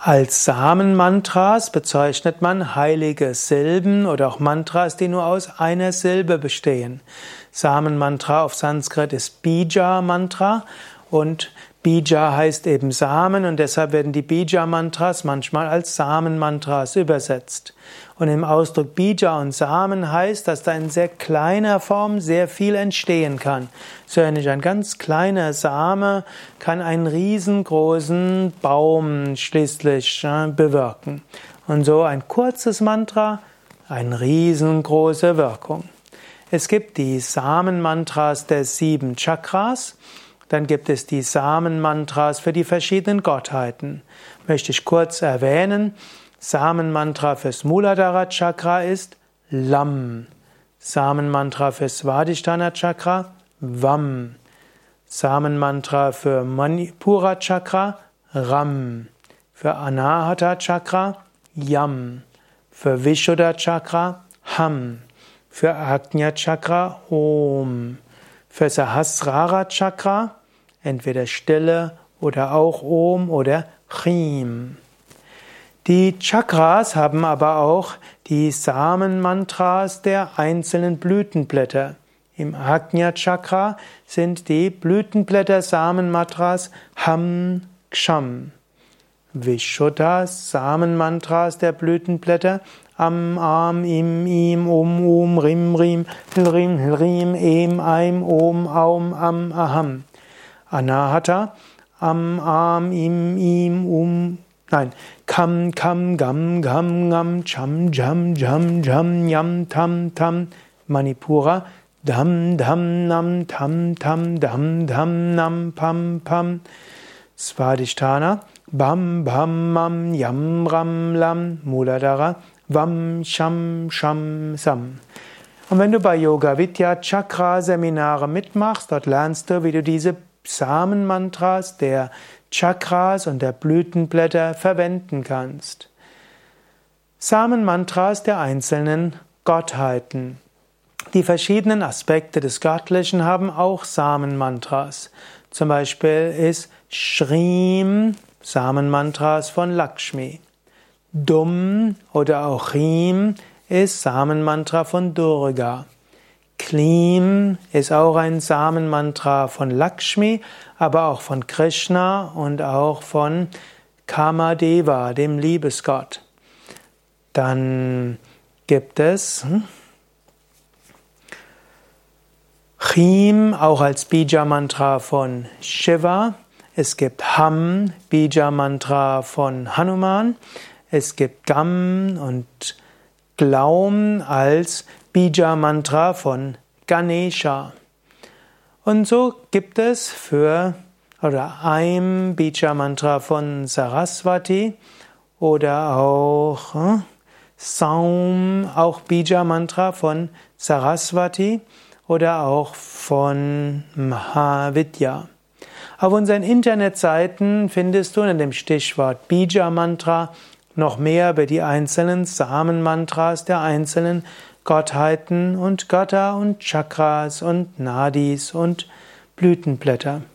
Als Samenmantras bezeichnet man heilige Silben oder auch Mantras, die nur aus einer Silbe bestehen. Samenmantra auf Sanskrit ist Bija-Mantra und Bija heißt eben Samen und deshalb werden die Bija-Mantras manchmal als Samenmantras übersetzt. Und im Ausdruck Bija und Samen heißt, dass da in sehr kleiner Form sehr viel entstehen kann. So ähnlich ein ganz kleiner Same kann einen riesengroßen Baum schließlich bewirken. Und so ein kurzes Mantra, eine riesengroße Wirkung. Es gibt die Samenmantras der 7 Chakras. Dann gibt es die Samenmantras für die verschiedenen Gottheiten. Möchte ich kurz erwähnen. Samenmantra fürs Muladhara Chakra ist Lam. Samenmantra für Svadhisthana Chakra Vam. Samenmantra für Manipura Chakra Ram. Für Anahata Chakra Yam. Für Vishuddha Chakra Ham. Für Ajna Chakra Om. Für Sahasrara Chakra entweder Stille oder auch Om oder Chim. Die Chakras haben aber auch die Samenmantras der einzelnen Blütenblätter. Im Ajna Chakra sind die Blütenblätter Samenmantras Ham, Ksham. Vishuddha Samenmantras der Blütenblätter Am, Am, Im, Im, Om, Rim, Rim, Rim, Rim, Em, Eim, Om, Aum, Am, Aham. Anahata Am, Am, Im, Kam, Kam, Gam, Gam, Gam, Cham, Jam, Jam, Jam, Yam, Tam, Tam. Manipura Dham, Dham, Nam, Tam, Tam, Dham, Dham, Nam, Pam, Pam. Svadhisthana Bam, Bam, Mam, Yam, Ram, Lam. Muladhara Vam, Sham, Sham, Sam. Und wenn du bei Yoga Vidya Chakra Seminare mitmachst, dort lernst du, wie du diese Samenmantras der Chakras und der Blütenblätter verwenden kannst. Samenmantras der einzelnen Gottheiten. Die verschiedenen Aspekte des Göttlichen haben auch Samenmantras. Zum Beispiel ist Shrim Samenmantras von Lakshmi. Dum oder auch Hrim ist Samenmantra von Durga. Klim ist auch ein Samenmantra von Lakshmi, aber auch von Krishna und auch von Kamadeva, dem Liebesgott. Dann gibt es Chim, auch als Bija-Mantra von Shiva. Es gibt Ham, Bija-Mantra von Hanuman. Es gibt Gam und Glaum als Bija-Mantra von Ganesha. Und so gibt es Aim Bija-Mantra von Saraswati oder auch Saum, auch Bija-Mantra von Saraswati oder auch von Mahavidya. Auf unseren Internetseiten findest du unter dem Stichwort Bija-Mantra noch mehr über die einzelnen Samenmantras der einzelnen Gottheiten und Götter und Chakras und Nadis und Blütenblätter.